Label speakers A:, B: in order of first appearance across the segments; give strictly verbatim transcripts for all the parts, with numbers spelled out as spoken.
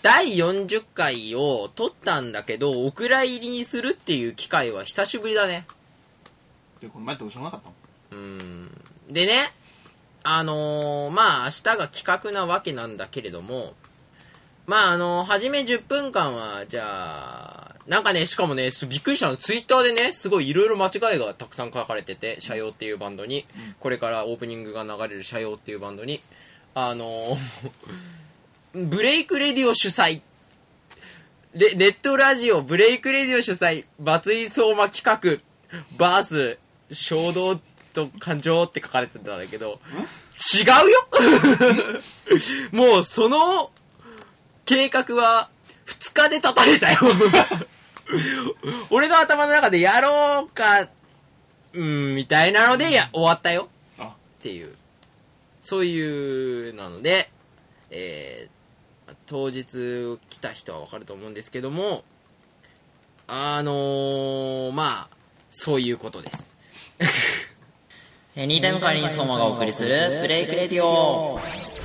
A: だいよんじゅっかいを撮ったんだけど、お蔵入りにするっていう機会は久しぶりだね。
B: で、この前って後ろなかったの？
A: うーん。でね、あのー、まあ明日が企画なわけなんだけれども、まああのー、初めじゅっぷんかんは、じゃあ、なんかね、しかもね、びっくりしたの、ツイッターでね、すごいいろいろ間違いがたくさん書かれてて、社用っていうバンドに、これからオープニングが流れる社用っていうバンドに、あのー、ブレイクレディオ主催、レネットラジオブレイクレディオ主催、松井相馬企画、バース、衝動と感情って書かれてたんだけど、違うよもうその計画はふつかで立たれたよ俺の頭の中でやろうか、うんみたいなのでや終わったよっていう、そういうなので、えー、当日来た人は分かると思うんですけども、あのー、まあそういうことです
C: エニータイムカリンソーマがお送りするブレイクレディオ。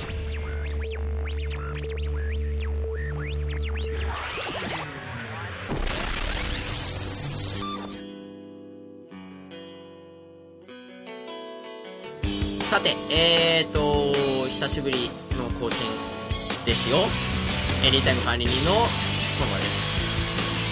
A: さて、えーと久しぶりの更新ですよ。エニータイム管理人のソーマです。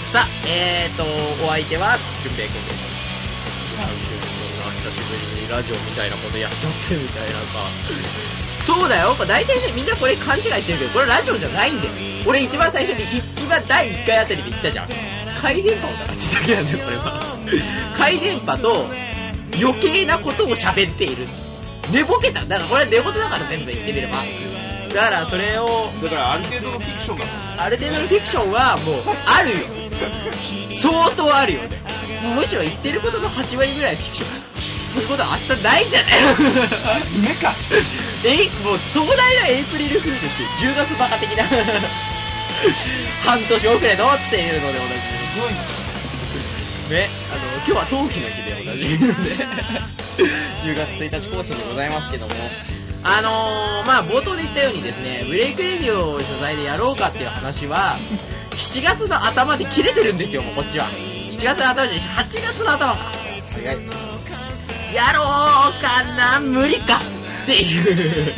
A: さあ、えーとお相手は純平君です。久しぶりにラジオみたいなことやっちゃってみたいなさそうだよ、大体ねみんなこれ勘違いしてるけど、これラジオじゃないんだよ。俺一番最初に一番だいいっかいあたりで言ったじゃん、回電波を流してるだけなんだよこれは回電波と余計なことを喋っている、寝ぼけた、だからこれは寝言だから全部言ってみれば、だからそれを
B: だからある程度のフィクションが
A: ある程度のフィクションはもうあるよ相当あるよね。むしろ言ってることのはちわりぐらいフィクションということは明日ないんじゃない
B: 夢か
A: えもう壮大なエイプリルフールってじゅうがつバカ的な半年遅れのっていうので同じ
B: すごい
A: ね、あの今日は冬季の日で同じのでじゅうがつついたち更新でございますけども、あのー、まあ冒頭で言ったようにですね、ブレイクレディオを取材でやろうかっていう話はしちがつの頭で切れてるんですよ。もうこっちはしちがつの頭じゃないしはちがつの頭か、やろうかな無理かっていう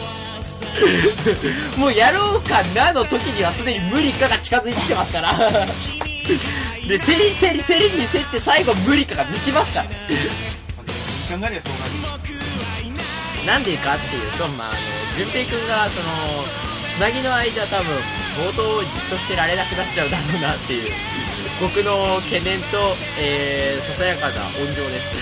A: もうやろうかなの時にはすでに無理かが近づいてきてますからでセリセリセリに競って最後無理かが抜きますから
B: 考えりゃそうなる。
A: なんでかっていうと、まああの順平くんがそのつなぎの間多分相当じっとしてられなくなっちゃうだろうなっていう僕の懸念と、えー、ささやかな温情です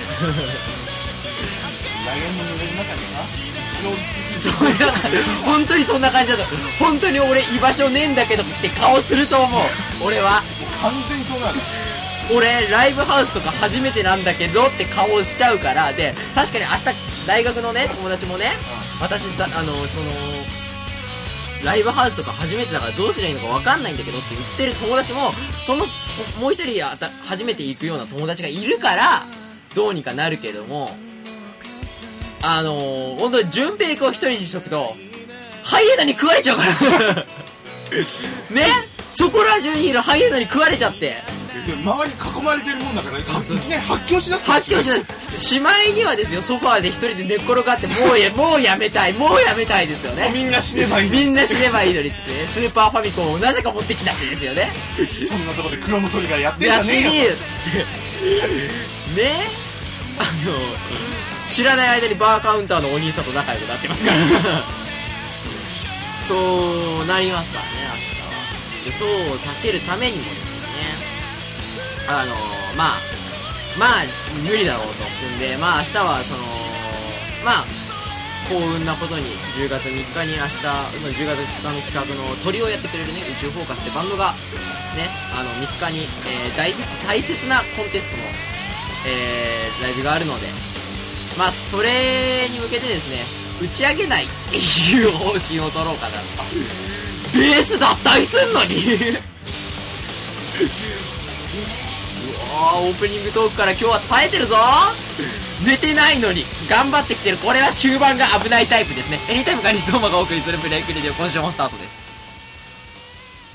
B: 来年の濡れる中でさ一応
A: そういう本当にそんな感じだと、本当に俺居場所ねえんだけどって顔すると思う俺は
B: 完全にそうなる。
A: 俺ライブハウスとか初めてなんだけどって顔をしちゃうから。で確かに明日大学のね友達もね、私だあのそのライブハウスとか初めてだからどうすりゃいいのか分かんないんだけどって言ってる友達も、そのもう一人初めて行くような友達がいるからどうにかなるけども、あのー、本当に順平君を一人にしとくとハイエナに食われちゃうからね、そこら中にいるハイエナに食われちゃって、
B: 周りに囲まれてるもんだから、ね、いきなり発狂しだす
A: 発狂しだす。しまいにはですよ、ソファーで一人で寝っ転がってもうやもうやめたいもうやめたいですよね。
B: みんな死ねばいい
A: みんな死ねばいいのにつってね、スーパーファミコンをなぜか持ってきちゃってですよね
B: そんなところでクロノトリガーやってんじ
A: やって
B: ゃねえよ
A: ねえよっつってね、あの知らない間にバーカウンターのお兄さんと仲良くなってますからそうなりますからね明日は。でそう避けるためにもですね、あのまあまあ無理だろうと踏んで、まあ明日はそのまあ幸運なことにじゅうがつみっかに明日そのじゅうがつふつかの企画の鳥をやってくれるね宇宙フォーカスってバンドがね、あのみっかに、えー、大, 大切なコンテストの、えー、ライブがあるので、まあそれに向けてですね打ち上げないっていう方針を取ろうかなと。ベース脱退すんのにうわーオープニングトークから今日は冴えてるぞ。寝てないのに頑張ってきてる。これは中盤が危ないタイプですね。エニタイムがリソーマがお送りするブレイクレディオ、今週もスタートです。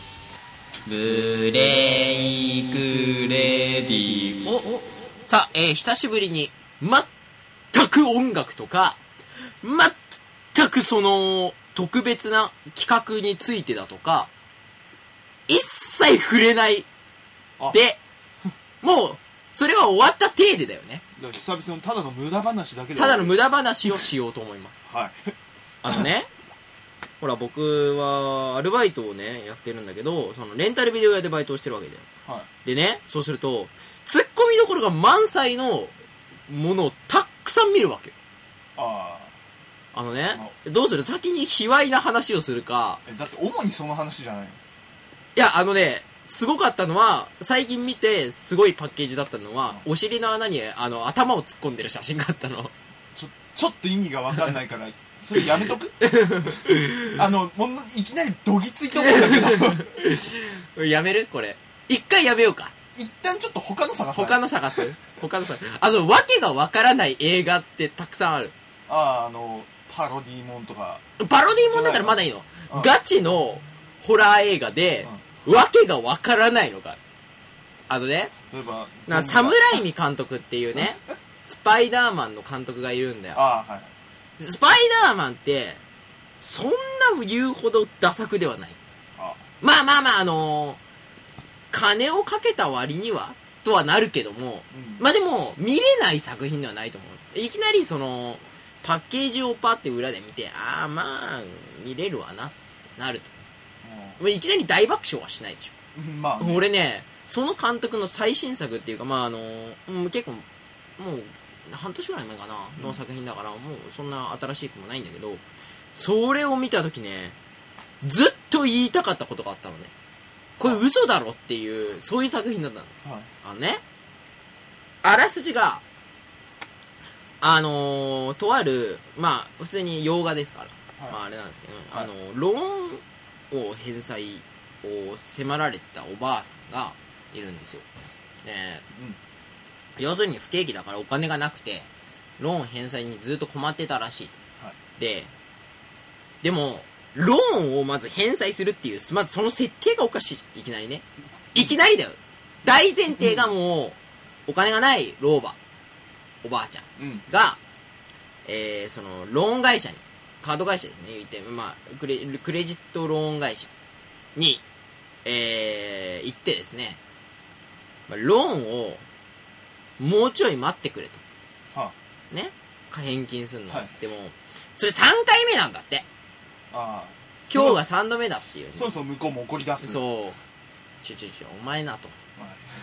C: ブレイクレディオ。
A: さあ、えー、久しぶりに全く音楽とか全くその特別な企画についてだとか一切触れないで、もうそれは終わった体でだよね。
B: だから久々のただの無駄話だけで
A: ただの無駄話をしようと思います。
B: はい
A: あのねほら僕はアルバイトをねやってるんだけど、そのレンタルビデオ屋でバイトをしてるわけだよ。
B: はい。
A: でね、そうするとツッコミどころが満載のものをたくさん見るわけよ。
B: あ
A: あのね、どうする？先に卑猥な話をするか。
B: えだって主にその話じゃないの。
A: いや、あのね、すごかったのは、最近見てすごいパッケージだったのは、お尻の穴にあの頭を突っ込んでる写真があったの。
B: ちょちょっと意味が分かんないからそれやめとくあのもういきなりどぎついと思うんだけど
A: やめる？これ一回やめようか。
B: 一旦ちょっと他の探す。
A: 他の探す他の探すあのわけがわからない映画ってたくさんある。
B: あああのパロディーモンとか。
A: パロディーモンだったらまだいいの。ガチのホラー映画で、うん、わけがわからないのがあのね、
B: 例えば
A: なサムライミ監督っていうねスパイダーマンの監督がいるんだよ。
B: ああはい。
A: スパイダーマンってそんな言うほどダ作ではない。ああまあまあまああのー、金をかけた割にはとはなるけども、うん、まあでも見れない作品ではないと思う。いきなりそのパッケージをパッて裏で見て、ああまあ見れるわなってなると、うん、いきなり大爆笑はしないでしょ、まあね、俺ねその監督の最新作っていうか、まああのー、結構もう半年ぐらい前かなの作品だから、もうそんな新しいくもないんだけど、それを見た時ねずっと言いたかったことがあったのね。これ嘘だろっていうそういう作品だったの、はい、あのねあらすじがあのー、とあるまあ普通に洋画ですから、はい、まああれなんですけど、はい、あのローンを返済を迫られたおばあさんがいるんですよ、えーうん要するに不景気だからお金がなくてローン返済にずっと困ってたらしい、はい、ででもローンをまず返済するっていうまずその設定がおかしい。いきなりねいきなりだよ。大前提がもうお金がない老婆おばあちゃんが、うんえー、そのローン会社にカード会社ですね言って、まあ、クレクレジットローン会社に、えー、行ってですね、まあ、ローンをもうちょい待ってくれと、はあ、ね返金するの、はい、でもそれさんかいめなんだって。ああ今日がさんどめだっていう、ね、
B: そうそう向こうも怒り出す。
A: そうちょちょちょお前なと、はい、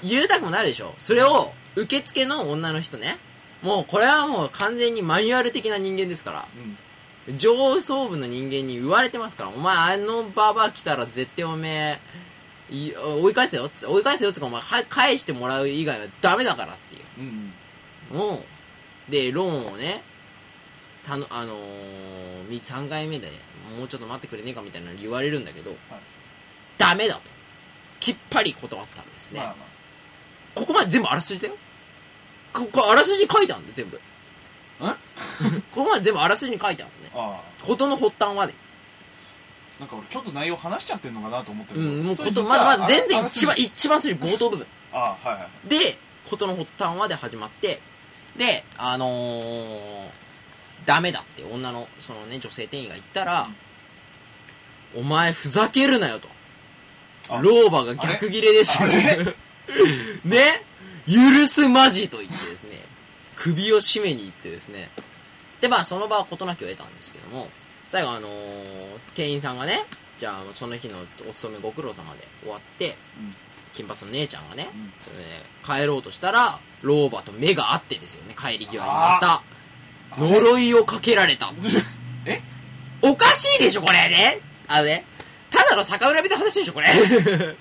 A: 言うたくもなるでしょ。それを受付の女の人ね、もうこれはもう完全にマニュアル的な人間ですから、うん、上層部の人間に言われてますから、お前あのババア来たら絶対おめえ追い返せよっつ追い返せよっつかお前返してもらう以外はダメだからっていう、うんうん、もうでローンをねたのあのー、さんかいめでもうちょっと待ってくれねえかみたいなの言われるんだけど、はい、ダメだときっぱり断ったんですね、まあまあ、ここまで全部あらすじだよ。ここあらすじに書いてあるんだ全部ここまで全部あらすじに書いてあるね。あことの発端はで
B: なんか俺ちょっと内容話しちゃってんのかなと思ったけど、
A: うん、もうことまだまだ全然一番一番最初冒頭部分
B: あ、はいはい、
A: でことの発端はで始まって、であのー、ダメだって女のそのね女性店員が言ったら、うん、お前ふざけるなよと、老婆が逆ギレですよねね許すまじと言ってですね首を絞めに行ってですね、でまあその場は事なきを得たんですけども、最後あのー、店員さんがねじゃあその日のお勤めご苦労様で終わって、うん、金髪の姉ちゃんがね、うん、それで、ね、帰ろうとしたら老婆と目が合ってですよね、帰り際にまた呪いをかけられたえおかしいでしょこれね。あのねただの逆恨みの話でしょこれえ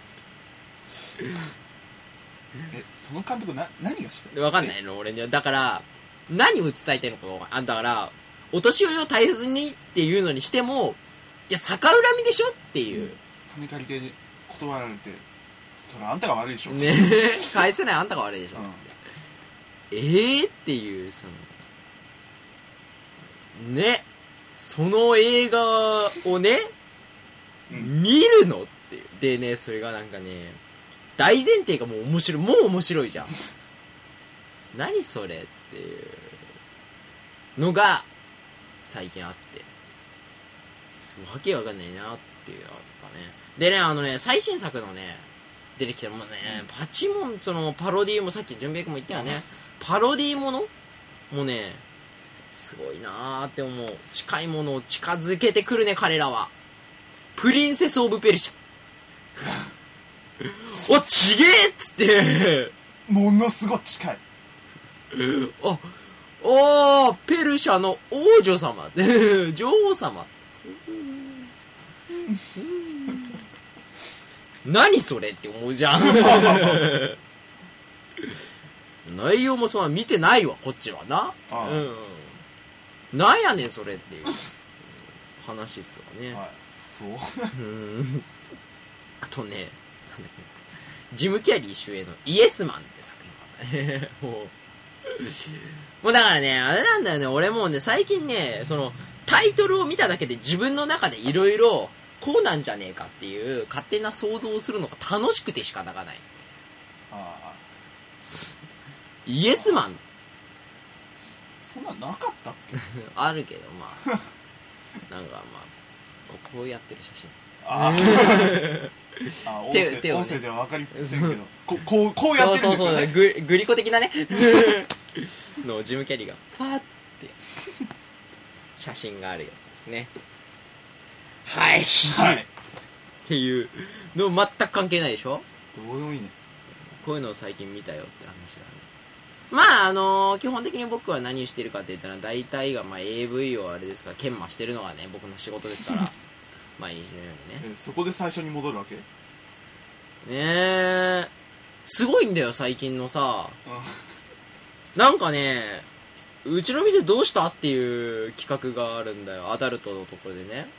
B: その監督な何がした
A: 分かんないの俺には。だから何を伝えてるのか分かんない。あんだからお年寄りを大切にっていうのにしてもいや逆恨みでしょっていう、
B: 金借りて断られてそれあんたが悪いでしょ
A: ね返せないあんたが悪いでしょ、うん、えーっていうそのねその映画をね、うん、見るのっていうでね、それがなんかね、大前提がもう面白い、もう面白いじゃん。何それっていうのが最近あって、わけわかんないなっていうのがね。でね、あのね、最新作のね、出てきたもんね、パチモン、そのパロディーもさっき純平君も言ったよね、パロディーものもね、すごいなーって思う。近いものを近づけてくるね、彼らは。プリンセス・オブ・ペルシャ。お、ちげえっつって。
B: ものすごい近い。
A: あ、おー、ペルシャの王女様。女王様。何それって思うじゃん。内容もそんな見てないわ、こっちはな。
B: ああ、
A: うん。なんやねん、それっていう話っすわね。
B: はい、そう。
A: うん。あとね、なんだっけ、ジム・キャリー主演のイエスマンって作品があったね。もう、もうだからね、あれなんだよね、俺もうね、最近ね、その、タイトルを見ただけで自分の中でいろいろ、こうなんじゃねえかっていう勝手な想像をするのが楽しくて仕方がない。
B: ああ、
A: イエスマン
B: そんなんなかったっけ？
A: あるけど、まあなんかまあここうやってる写真、
B: ああ音声、
A: 手をね、
B: 音声では分かりませんけどここう、こうやってるんですよね。
A: そうそうそう、ググリコ的なねのジム・キャリーがパーって写真があるやつですね。はい、
B: はい、
A: っていうの全く関係ないでしょ。
B: どうでもいいね。
A: こういうのを最近見たよって話だね。まああのー、基本的に僕は何をしてるかって言ったら大体がまあ エーブイ をあれですから研磨してるのがね僕の仕事ですから毎日のようにね。
B: えそこで最初に戻るわけ？
A: ねえ、すごいんだよ最近のさ、
B: うん、
A: なんかね、うちの店どうしたっていう企画があるんだよ、アダルトのところでね。ね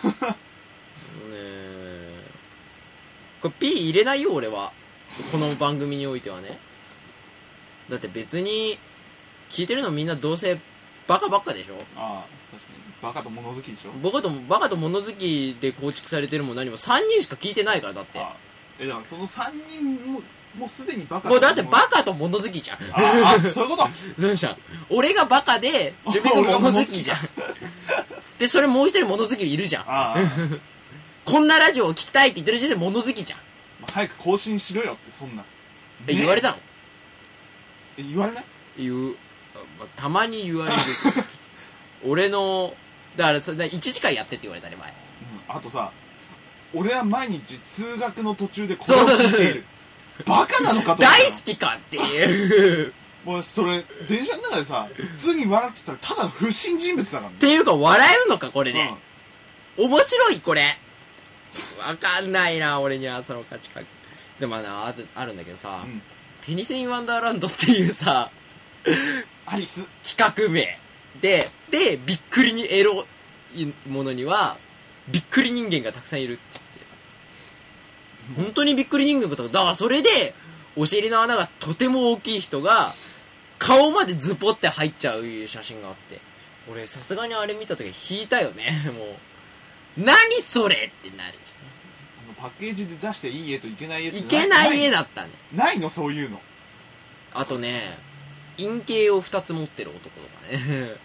A: え、これ P 入れないよ俺は、この番組においてはね。だって別に聞いてるのみんなどうせバカばっかでしょ。
B: ああ、確かにバカと物好きでしょ。
A: バカとバカと物好きで構築されてるも何もさんにんしか聞いてないから。だって
B: ああ、えだからそのさんにんももうすでにバカ、
A: もうだってバカと物好きじゃん。
B: ああ、そういうこと。
A: そうじゃん。俺がバカで自分が物好きじゃん。でそれもう一人物好きいるじゃん。
B: ああ
A: こんなラジオを聞きたいって言ってる時点で物好きじゃん。
B: まあ、早く更新しろよってそんな、ね、
A: え言われたの？
B: え言われない？
A: 言う、まあ、たまに言われる。俺のだからそれいちじかんやってって言われたね前、うん、
B: あとさ、俺は毎日通学の途中でこれを聞いている。バカなのかと
A: 大好きかっていう
B: もうそれ電車の中でさ普通に笑ってたらただの不審人物だからね。
A: っていうか笑えるのかこれで、うん、面白いこれわかんないな俺にはその価値観でもな あ, あるんだけどさ、うん、ペニシリンワンダーランドっていうさ
B: アリス
A: 企画名ででびっくりにエロいものにはびっくり人間がたくさんいるって言って、本当にびっくり人間がだからそれでお尻の穴がとても大きい人が顔までズポって入っちゃう写真があって、俺さすがにあれ見た時引いたよね。もう何それってなるじ
B: ゃん。パッケージで出していい絵といけない絵って
A: いけない絵だったね。
B: ないのそういうの。
A: あとね陰茎をふたつ持ってる男とかね。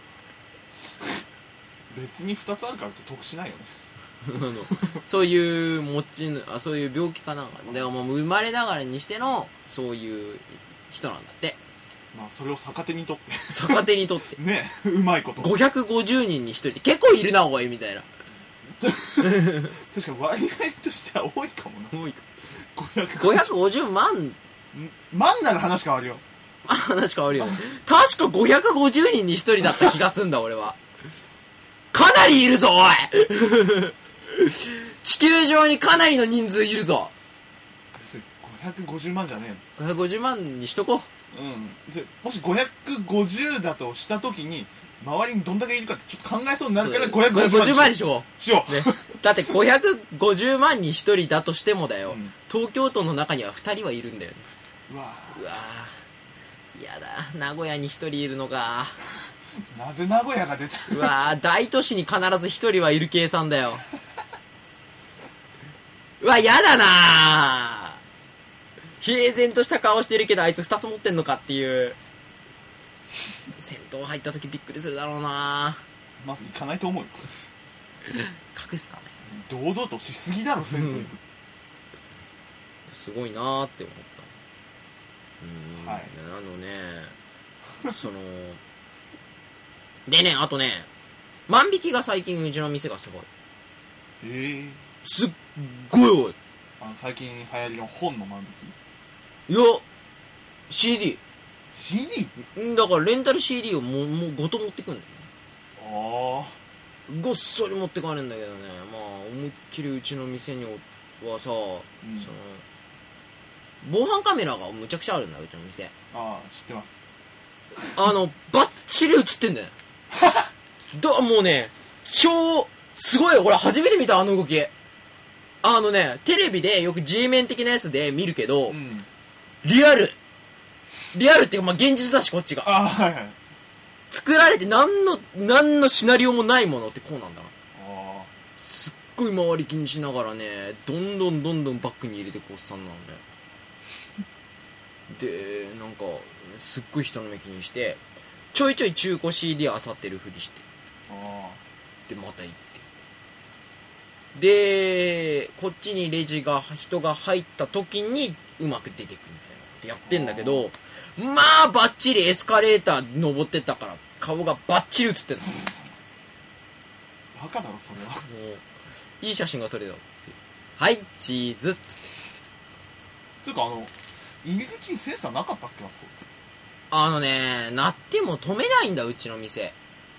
B: 別にふたつあるからって得しないよね。
A: そういう持ちあそういう病気かなんかでも生まれながらにしてのそういう人なんだって。
B: まあそれを逆手にとって
A: 逆手にとって
B: ね、うまいこと
A: ごひゃくごじゅうにんにひとりって結構いるなおいみたいな。
B: 確かに割合としては多いかもな。
A: 多いか
B: ごひゃく
A: ごひゃくごじゅうまん
B: 万なら話変わるよ。
A: 話変わるよね。確かごひゃくごじゅうにんにひとりだった気がすんだ俺は。かなりいるぞおい。地球上にかなりの人数いるぞ。
B: ごひゃくごじゅうまんじゃねえの。
A: ごひゃくごじゅうまんにしとこ
B: う。うん。もしごひゃくごじゅうだとしたときに周りにどんだけいるかってちょっと考えそうになるからごひゃくごじゅうまんにしよ
A: う。しよう、ね、だってごひゃくごじゅうまんにひとりだとしてもだよ、うん、東京都の中にはふたりはいるんだよね。
B: うわ
A: うわやだ、名古屋にひとりいるのか。
B: なぜ名古屋が出た。
A: うわ大都市に必ずひとりはいる計算だよ。 うわ、やだなぁ。平然とした顔してるけど、あいつ二つ持ってんのかっていう。戦闘入った時びっくりするだろうなぁ。
B: まず行かないと思うよ。
A: 隠すかね。
B: 堂々としすぎだろ、銭湯行くって。
A: すごいなーって思った。うん、
B: はい。
A: あのね、その、でね、あとね、万引きが最近うちの店がすごい。
B: ええ
A: すっごい多い。
B: あの、最近流行りの本の万引き。
A: いや、シーディー。
B: シーディー？
A: だからレンタル シーディー をもう、もうごと持ってくんだよね。
B: ああ。
A: ごっそり持ってかれるんだけどね、まあ思いっきりうちの店にはさ、
B: うん、
A: その防犯カメラがむちゃくちゃあるんだ、うちの店。
B: ああ、知ってます。
A: あのバッチリ映ってんだよどもうね、超すごいよ。俺初めて見た、あの動き。あのね、テレビでよく G メン的なやつで見るけど、
B: うん、
A: リアルリアルっていうか、まあ現実だし、こっちが
B: ああ、はいはい。
A: 作られて何の何のシナリオもないものってこうなんだな。
B: あ
A: すっごい周り気にしながらね、どんどんどんどんバッグに入れてくおっさんなんだよ。で、なんかすっごい人の目気にしてちょいちょい中古 シーディー 漁ってるふりして、
B: あ。あ
A: でまた行って、でこっちにレジが人が入った時にうまく出てくみたいなってやってんだけど、まあバッチリエスカレーター登ってったから顔がバッチリ映ってるの。
B: あ。バカだろ、それは。
A: もういい写真が撮れた。はいチーズっつって。
B: つうか、あの、入り口にセンサーなかったっけ、あそこ。
A: あのね、鳴っても止めないんだ、うちの店。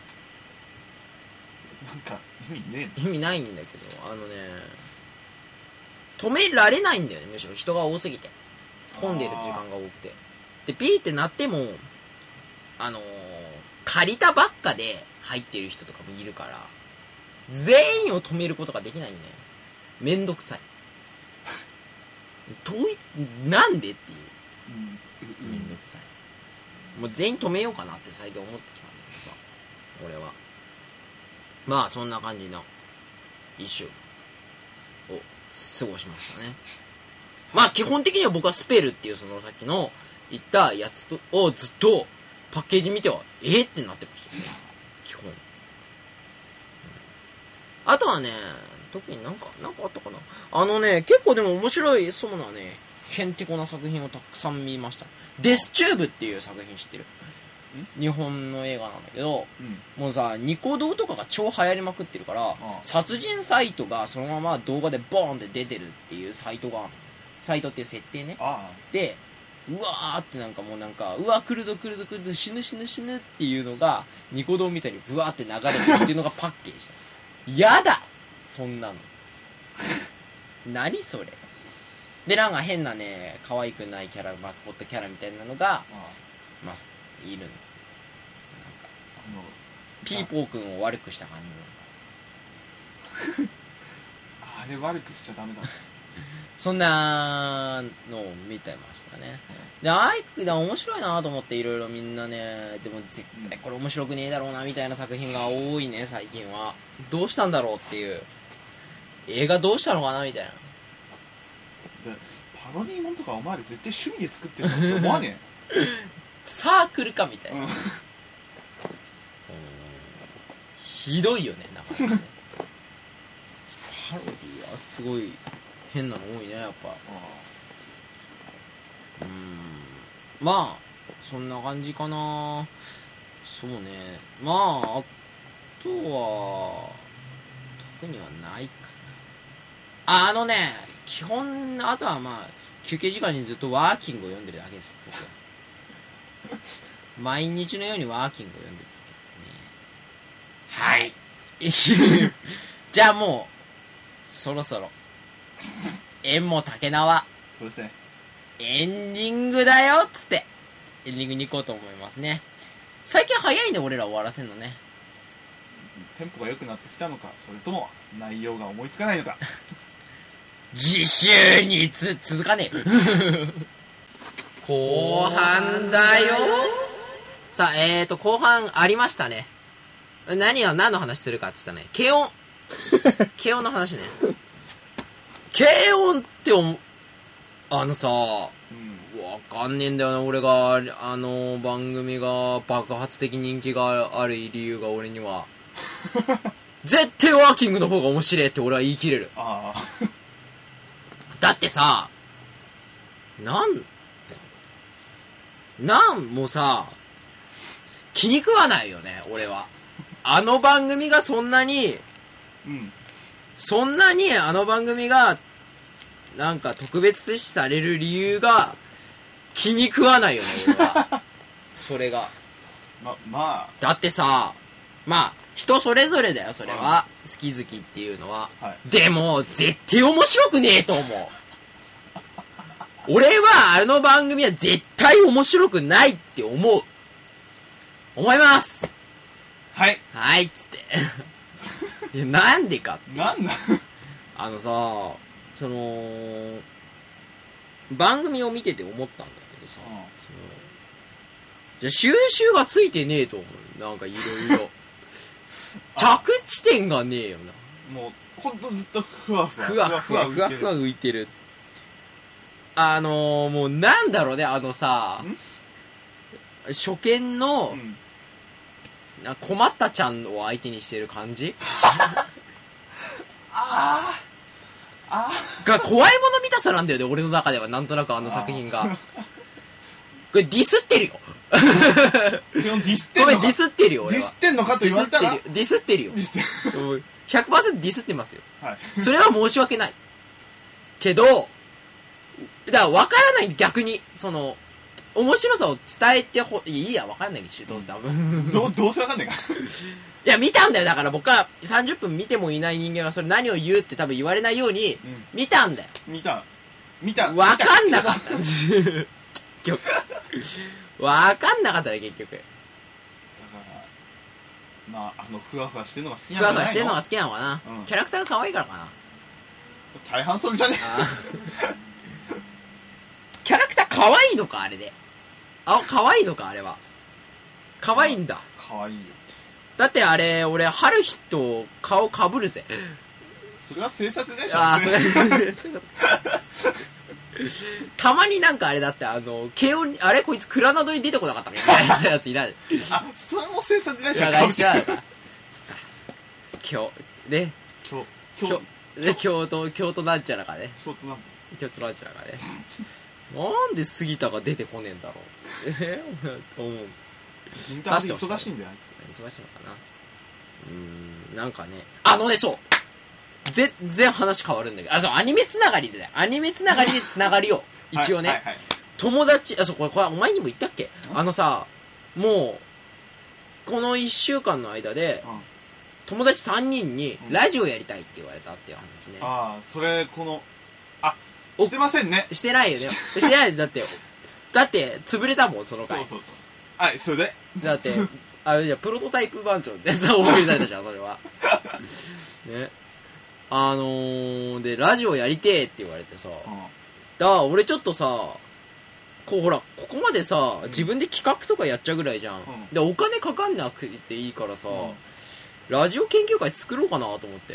B: なんか意味ね
A: 意味ないんだけど、あのね、止められないんだよね、むしろ人が多すぎて。混んでる時間が多くて。で、ピーって鳴っても、あのー、借りたばっかで入ってる人とかもいるから、全員を止めることができないんだよ。めんどくさい。遠い、なんでっていう。
B: うん、
A: めんどくさい。もう全員止めようかなって最近思ってきたんだけどさ、俺は。まあそんな感じの一週を過ごしましたね。まあ基本的には僕はスペルっていうそのさっきの言ったやつとをずっとパッケージ見てはえー、ってなってましたね、基本。あとはね、特になんかなんかあったかな。あのね、結構でも面白いそうなね、へんてこな作品をたくさん見ました。デスチューブっていう作品知ってる？日本の映画なんだけど、
B: うん、
A: もうさ、ニコ動とかが超流行りまくってるから、
B: ああ
A: 殺人サイトがそのまま動画でボーンって出てるっていうサイトがあるの。サイトっていう設定ね。
B: あ
A: で、うわーってなんかもうなんか、うわ来るぞ来るぞ来るぞ死ぬ死ぬ死ぬっていうのがニコ動みたいにブワーって流れてるっていうのがパッケージ。やだそんなの。何それ。で、なんか変なね、可愛くないキャラ、マスコットキャラみたいなのが、
B: あ、あ
A: まあ、いるの。なんか、
B: あの
A: ピーポーくんを悪くした感じの。
B: あれ悪くしちゃダメだ。
A: そんなのを見てましたね。で、アイクで面白いなと思っていろいろみんなね、でも絶対これ面白くねえだろうなみたいな作品が多いね、最近は。どうしたんだろうっていう。映画どうしたのかなみたいな。
B: でパロディーモンとかお前ら絶対趣味で作ってるのって思わね
A: サークルかみたい
B: え、
A: な。
B: うん、
A: ひどいよね、なかなかね。パロディはすごい変なの多いね、やっぱ。うーん、まあそんな感じかな。そうね、まああとは特にはないかな。ああのね、基本あとはまあ休憩時間にずっとワーキングを読んでるだけです、僕は。毎日のようにワーキングを読んでるだけですね。はいじゃあもうそろそろ縁も竹縄
B: そうですね。
A: エンディングだよっつってエンディングに行こうと思いますね。最近早いね、俺ら終わらせるのね。
B: テンポが良くなってきたのか、それとも内容が思いつかないのか。
A: 次週につ続かねえ後半だよ。さあ、えーと後半ありましたね。何を何の話するかっつったね、軽音軽音の話ね。 軽音っておあのさ、
B: うん、
A: わかんねえんだよな、俺が、あの番組が爆発的人気がある理由が俺には。絶対ワーキングの方が面白いって俺は言い切れる。
B: ああ
A: だってさ、なん、なんもさ、気に食わないよね、俺は。あの番組がそんなに、
B: うん、
A: そんなにあの番組が、なんか特別視される理由が、気に食わないよね、俺は。それが。
B: まま
A: だってさ、まあ、人それぞれだよ、それは。好き好きっていうのは。
B: はい、
A: でも、絶対面白くねえと思う。俺は、あの番組は絶対面白くないって思う。思います。
B: あはい
A: はい、つって。いや、なんでかって。
B: なんなん
A: あのさ、その、番組を見てて思ったんだけどさ、
B: うん、
A: そのじゃあ収集がついてねえと思う。なんかいろいろ。着地点がねえよな。
B: もうほんとずっとふわふわ
A: ふわふわふわふわ浮いてる。あのー、もうなんだろうね、あのさ、初見の、
B: うん、
A: な困ったちゃんを相手にしてる感じ
B: ああ
A: が怖いもの見たさなんだよね、俺の中では。なんとなくあの作品が。これディスってるよ。
B: ディスってんのか
A: ごめん、ディスってるよ、俺は。
B: ディスってんのかと
A: ディ
B: 言われたら
A: スってるよ。ディスってるよ。
B: ディスってる
A: ひゃくパーセント ディスってますよ。
B: はい
A: それは申し訳ない。けど、だから分からない、逆に。その、面白さを伝えてほ、いいや、分かんないし、どうせ多分。
B: どうどうせわかんないか
A: いや、見たんだよ。だから僕はさんじゅっぷん見てもいない人間はそれ何を言うって多分言われないように、
B: うん
A: 見たんだよ。
B: 見た見た
A: わかんなかった。結局。わかんなかったね、結局。
B: だからまああのふわふわしてるのが好きなん
A: ふわ
B: じゃないの
A: ふわしてるのが好きなのかな、
B: うん
A: キャラクターが可愛いからかな。
B: 大半それじゃね
A: あキャラクター可愛いのか、あれで。あ、可愛いのか、あれは。可愛いんだ。
B: かわいいよ
A: だってあれ、俺、春日と顔被るぜ。
B: それは制作会社
A: ああ、そ
B: ですね
A: れ、そういうことたまになんかあれだって、あの、慶応に、あれこいつ蔵などに出てこなかったみたいなやついない。
B: あそれも制作会社
A: 社会社そっか。京、ね。
B: 京
A: 京
B: 京、
A: で、京都、京都なんちゃらかね。
B: 京都なん
A: 京都なんちゃらかね。なんで杉田が出てこねえんだろう。えと思う。
B: インターネット忙しいんだよあいつ
A: 忙しいのかな。うーん、なんかね。あのね、そう。全然話変わるんだけど。あ、そう、アニメつながりでだよ。アニメつながりでつながりを。一応ね。
B: はいはいはい
A: 友達、あ、そう、これ、これ、お前にも言ったっけ？あのさ、もう、この一週間の間で、
B: うん
A: 友達さんにんに、ラジオやりたいって言われたっていう話ね。
B: ああそれこのあしてませんね
A: してないよね。してないです。だって、だって、潰れたもん、その回。
B: そうそうはいそれで
A: だって、あれじゃ、プロトタイプ番長でさ、送りされたじゃん、それは。ね。あのー、で、ラジオやりてーって言われてさ、
B: うん
A: だから俺ちょっとさ、こうほら、ここまでさ、自分で企画とかやっちゃうぐらいじゃん。
B: うん
A: で、お金かかんなくていいからさ、
B: うん
A: ラジオ研究会作ろうかなと思って。うん。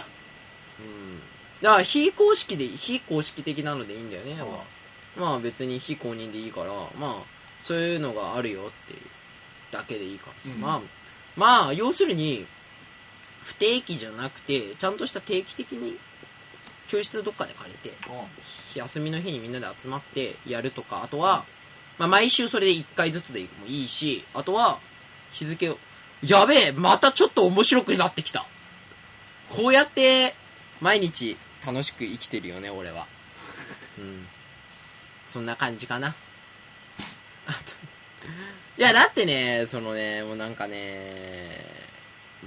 A: だから、非公式で、非公式的なのでいいんだよね。
B: うん
A: まあ別に非公認でいいから、まあ、そういうのがあるよっていうだけでいいからさ、
B: うん
A: まあ、まあ、要するに、不定期じゃなくて、ちゃんとした定期的に、教室どっかで借りて、休みの日にみんなで集まってやるとか、あとは、まあ毎週それでいっかいずつでもいいし、あとは、日付を、やべえまたちょっと面白くなってきた。こうやって、毎日楽しく生きてるよね、俺は。うん。そんな感じかな。あと、いや、だってね、そのね、もうなんかね、うん、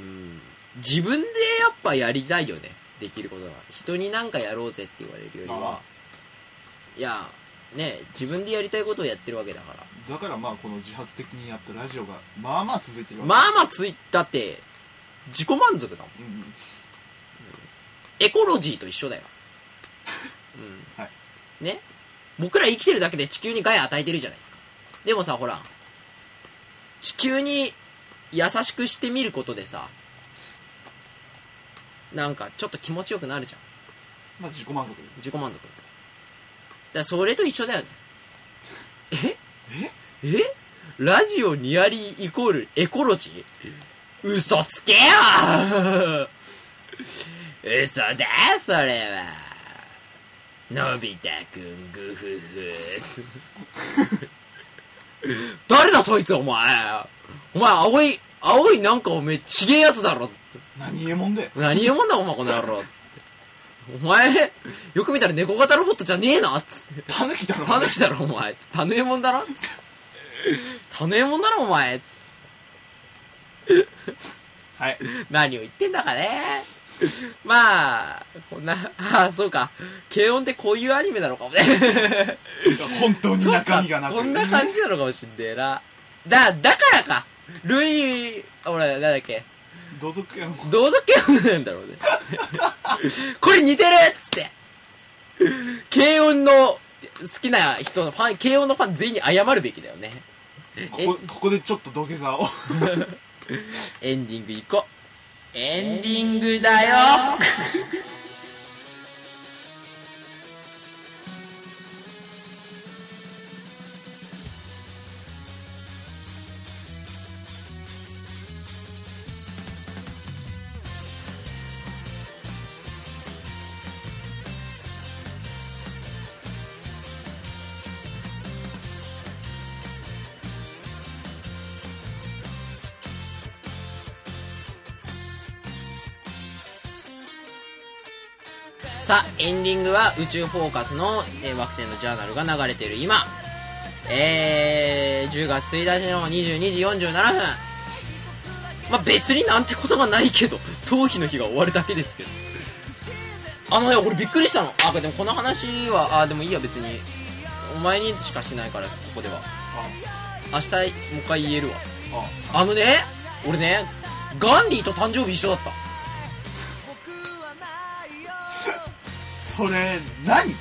A: 自分でやっぱやりたいよね、できることが。人になんかやろうぜって言われるよりは、いや、ね、自分でやりたいことをやってるわけだから。
B: だからまあこの自発的にやったラジオがまあまあ続いてるわけ
A: まあまあつい、だって、自己満足だもん。
B: うんうん
A: エコロジーと一緒だよ。うん。
B: はい
A: ね。僕ら生きてるだけで地球に害与えてるじゃないですか。でもさ、ほら、地球に優しくしてみることでさ、なんかちょっと気持ちよくなるじゃん。
B: まあ自己満足。
A: 自己満足だからそれと一緒だよね。え
B: え
A: えラジオニアリーイコールエコロジー？嘘つけよ嘘だそれは。のび太くんグフフ誰だそいつお前。お前青い青いなんかおめえちげえやつだろ。
B: 何えもんで
A: 何えもんだお前この野郎つって。お前よく見たら猫型ロボットじゃねえなっつって。
B: タヌキだろ
A: タヌキだろお前。タヌエモンだろタヌエモンだろお前つって
B: はい
A: 何を言ってんだかね。まあこんなああそうか軽音ってこういうアニメなのかもね
B: 本当に中身がなく
A: こんな感じなのかもしんねえな。だだからかルイ俺なんだっけ
B: 同族系の
A: 同族系なんだろうねこれ似てるっつって軽音の好きな人のファン軽音のファン全員に謝るべきだよね。
B: ここここでちょっと土下座を
A: エンディングいこう。エンディングだよさあエンディングは宇宙フォーカスの、えー、惑星のジャーナルが流れている今、えー、じゅうがつついたちのにじゅうにじよんじゅうななふん。まあ別になんてことがないけど逃避の日が終わるだけですけど。あのね俺びっくりしたの。あでもこの話はあでもいいや別にお前にしかしないからここでは明日もう一回言えるわ。ああのね俺ねガンディと誕生日一緒だった。
B: それ何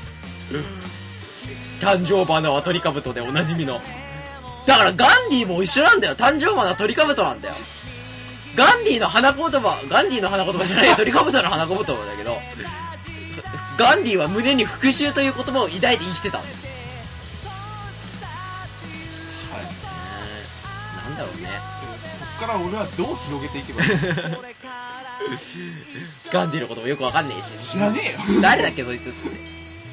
A: 誕生花はトリカブトでおなじみの。だからガンディも一緒なんだよ。誕生花はトリカブトなんだよ。ガンディの花言葉ガンディの花言葉じゃないよトリカブトの花言葉だけどガンディは胸に復讐という言葉を抱いて生きてたんだよ。
B: はい
A: なんだろうね。
B: そっから俺はどう広げていけばいい
A: ガンディのこともよくわかんねえし
B: 知らねえよ
A: 誰だっけそいつっつって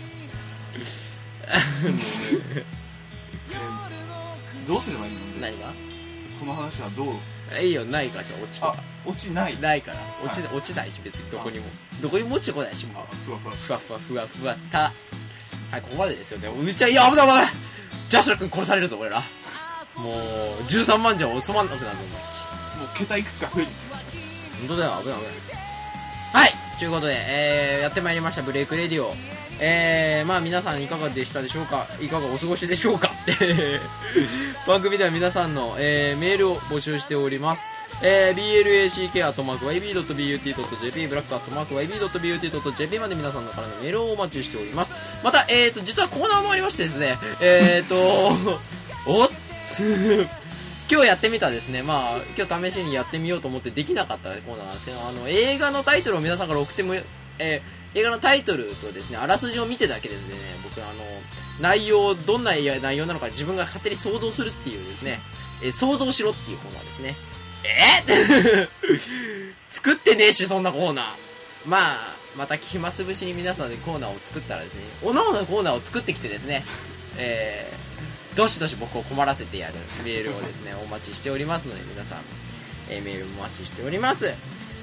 B: どうすればいいの
A: 何が
B: この話はどう
A: いいよないからしら落ちと
B: あ
A: か
B: 落ちない
A: ないから落ち,、
B: は
A: 落ちないし別にどこにもどこにも落ちてこないしもう
B: あふわふわ
A: ふわふわふわふわたはいここまでですよね。うちはいや危ない危ないジャシュラ君殺されるぞ俺ら。もうじゅうさんまんじゃ収まんなくなるぞ
B: もう桁いくつか増える。
A: 本当だよ危ない危ない。はいということで、えー、やってまいりましたブレイクレディオ。えー、まあ皆さんいかがでしたでしょうか。いかがお過ごしでしょうか番組では皆さんの、えー、メールを募集しております。えー、ブラック アットマーク ワイビー ドット ビーユーティー ドット ジェーピー ブラック アットマーク ワイビー ドット ビーユーティー ドット ジェーピー まで皆さんのからのメールをお待ちしております。また、えーと、実はコーナーもありましてですね、えーと、おっ今日やってみたですね、まあ、今日試しにやってみようと思ってできなかったコーナーなんですけど、あの、映画のタイトルを皆さんから送っても、えー、映画のタイトルとですね、あらすじを見てだけですね、僕、あの、内容、どんな内容なのか自分が勝手に想像するっていうですね、えー、想像しろっていうコーナーですね。え作ってねえし、そんなコーナー。まあ、また暇つぶしに皆さんでコーナーを作ったらですね、おのおのコーナーを作ってきてですね、えー、どしどし僕を困らせてやるメールをですね、お待ちしておりますので、皆さん、えー、メールお待ちしております。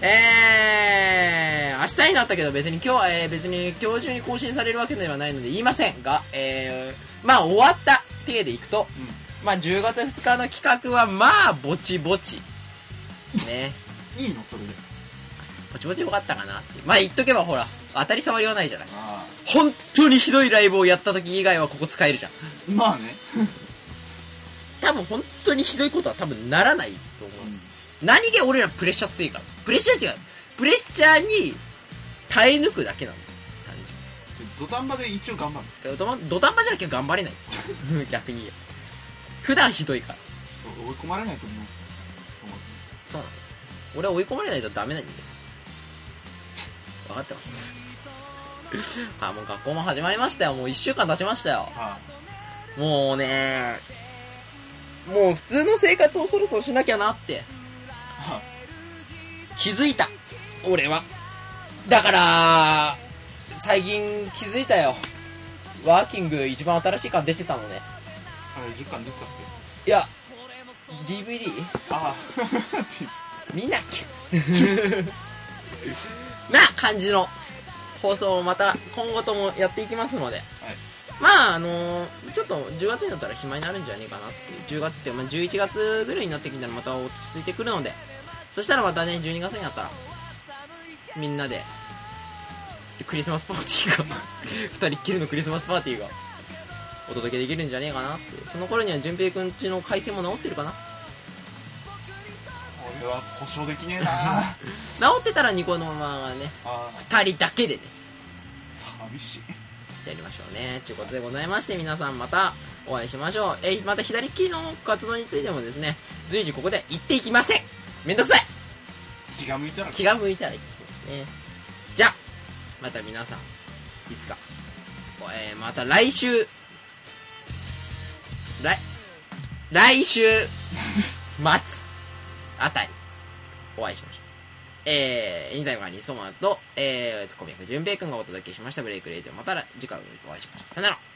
A: えー、明日になったけど別に今日は、えー、別に今日中に更新されるわけではないので言いませんが、えー、まあ終わった体でいくと、うん、まあじゅうがつふつかの企画はまあぼちぼちですね。
B: いいのそれで
A: ぼちぼちよかったかなって。まあ言っとけばほら当たり障りはないじゃない。
B: あ
A: 本当にひどいライブをやった時以外はここ使えるじゃん。
B: まあね
A: 多分本当にひどいことは多分ならないと思う、うん、何気俺らプレッシャー強いから。プレッシャー違うプレッシャーに耐え抜くだけなの。
B: 土壇場で一応頑張る。
A: 土壇場じゃなきゃ頑張れない逆に普段ひどいから。
B: 追い込まれないと思う。
A: そうなの。俺は追い込まれないとダメなんだよ。分かってますあ、もう学校も始まりましたよ。もういっしゅうかん経ちましたよ。
B: は
A: もうね、もう普通の生活をそろそろしなきゃなって
B: あ、は
A: 気づいた、俺は。だから最近気づいたよ。ワーキング一番新しい巻出てたのね。
B: あ、あれじゅっかん出てたっ
A: いや ディーブイディー
B: け？ああ
A: 見なきゃな感じの放送をまた今後ともやっていきますので、
B: はい、
A: まああのー、ちょっとじゅうがつになったら暇になるんじゃねえかなっていう。じゅうがつって、まあ、じゅういちがつぐらいになってきたらまた落ち着いてくるので、そしたらまたねじゅうにがつになったらみんなでクリスマスパーティーがふたりっきりのクリスマスパーティーがお届けできるんじゃねえかなって。その頃には順平くんちの回線も治ってるかな。
B: 俺は保証できねえな
A: 治ってたらニコのままがね
B: あ
A: ふたりだけでね
B: 寂しい。
A: やりましょうねということでございまして、皆さんまたお会いしましょう。えーまた左利きの活動についてもですね、随時ここでは言っていきません。めんどくさい。
B: 気が向いたら
A: 気が向いたらいいですね。じゃあまた皆さんいつか、えーまた来週来来週末あたりお会いしましょう。えー、インタイムがリソマと、えー、ツッコミ役順平くんがお届けしましたブレイクレイディオ。また次回お会いしましょう。さよなら。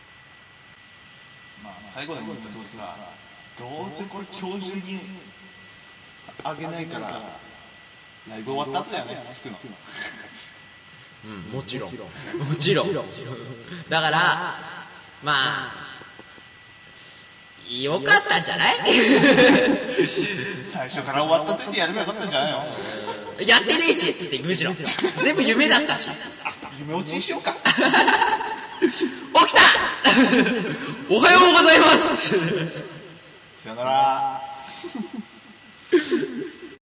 B: まあ最後でも言った通りさ、どうせこれ今日中にあげないからライブ終わった後だよね聞くの。
A: うん、もちろんもちろんだからまあよかったんじゃない
B: 最初から終わった時やればよかったんじゃないの。
A: やってねえしっつって、むしろ全部夢だったし。
B: 夢落ちにしようか。
A: 起きたおはようございます
B: さよなら。